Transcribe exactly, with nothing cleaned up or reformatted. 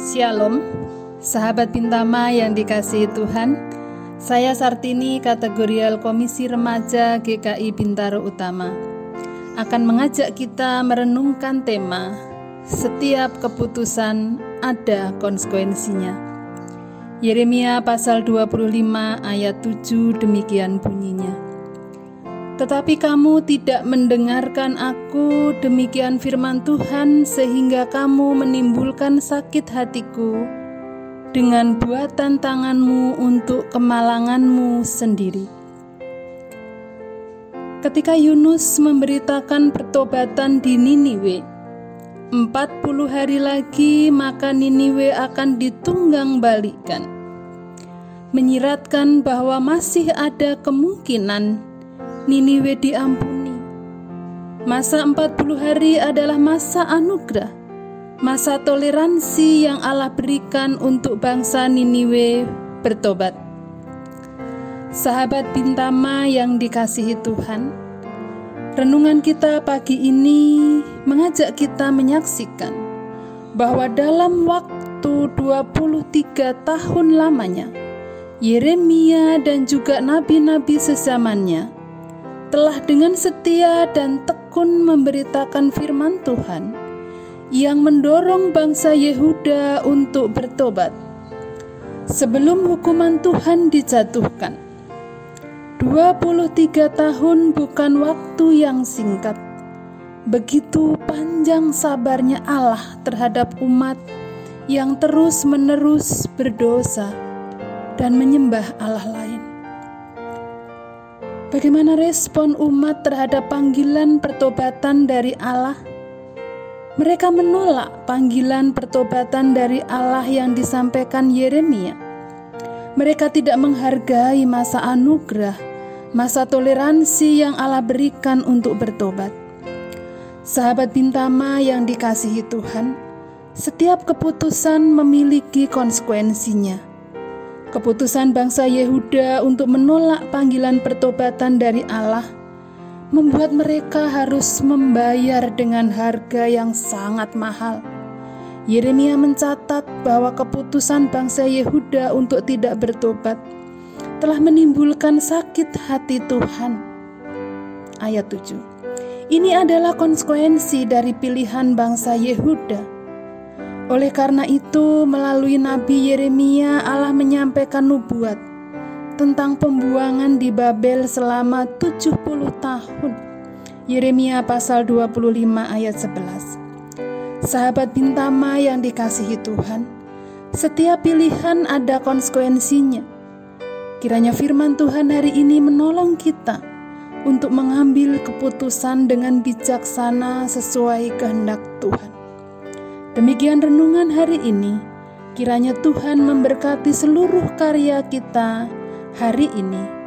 Shalom, sahabat Bintama yang dikasihi Tuhan. Saya Sartini, kategorial Komisi Remaja G K I Bintaro Utama, akan mengajak kita merenungkan tema setiap keputusan ada konsekuensinya. Yeremia pasal dua puluh lima ayat tujuh demikian bunyinya. Tetapi kamu tidak mendengarkan aku, demikian firman Tuhan, sehingga kamu menimbulkan sakit hatiku dengan buatan tanganmu untuk kemalanganmu sendiri. Ketika Yunus memberitakan pertobatan di Niniwe, empat puluh hari lagi maka Niniwe akan ditunggang balikan, menyiratkan bahwa masih ada kemungkinan Niniwe diampuni. Masa empat puluh hari adalah masa anugerah, masa toleransi yang Allah berikan untuk bangsa Niniwe bertobat. Sahabat Bintama yang dikasihi Tuhan, renungan kita pagi ini mengajak kita menyaksikan bahwa dalam waktu dua puluh tiga tahun lamanya, Yeremia dan juga nabi-nabi sezamannya telah dengan setia dan tekun memberitakan firman Tuhan yang mendorong bangsa Yehuda untuk bertobat sebelum hukuman Tuhan dijatuhkan. dua puluh tiga tahun bukan waktu yang singkat. Begitu panjang sabarnya Allah terhadap umat yang terus-menerus berdosa dan menyembah Allah lain. Bagaimana respon umat terhadap panggilan pertobatan dari Allah? Mereka menolak panggilan pertobatan dari Allah yang disampaikan Yeremia. Mereka tidak menghargai masa anugerah, masa toleransi yang Allah berikan untuk bertobat. Sahabat Bintama yang dikasihi Tuhan, setiap keputusan memiliki konsekuensinya. Keputusan bangsa Yehuda untuk menolak panggilan pertobatan dari Allah membuat mereka harus membayar dengan harga yang sangat mahal. Yeremia mencatat bahwa keputusan bangsa Yehuda untuk tidak bertobat telah menimbulkan sakit hati Tuhan. Ayat tujuh. Ini adalah konsekuensi dari pilihan bangsa Yehuda. Oleh karena itu, melalui Nabi Yeremia, Allah menyampaikan nubuat tentang pembuangan di Babel selama tujuh puluh tahun. Yeremia pasal dua puluh lima ayat sebelas. Sahabat Bintama yang dikasihi Tuhan, setiap pilihan ada konsekuensinya. Kiranya firman Tuhan hari ini menolong kita untuk mengambil keputusan dengan bijaksana sesuai kehendak Tuhan. Demikian renungan hari ini. Kiranya Tuhan memberkati seluruh karya kita hari ini.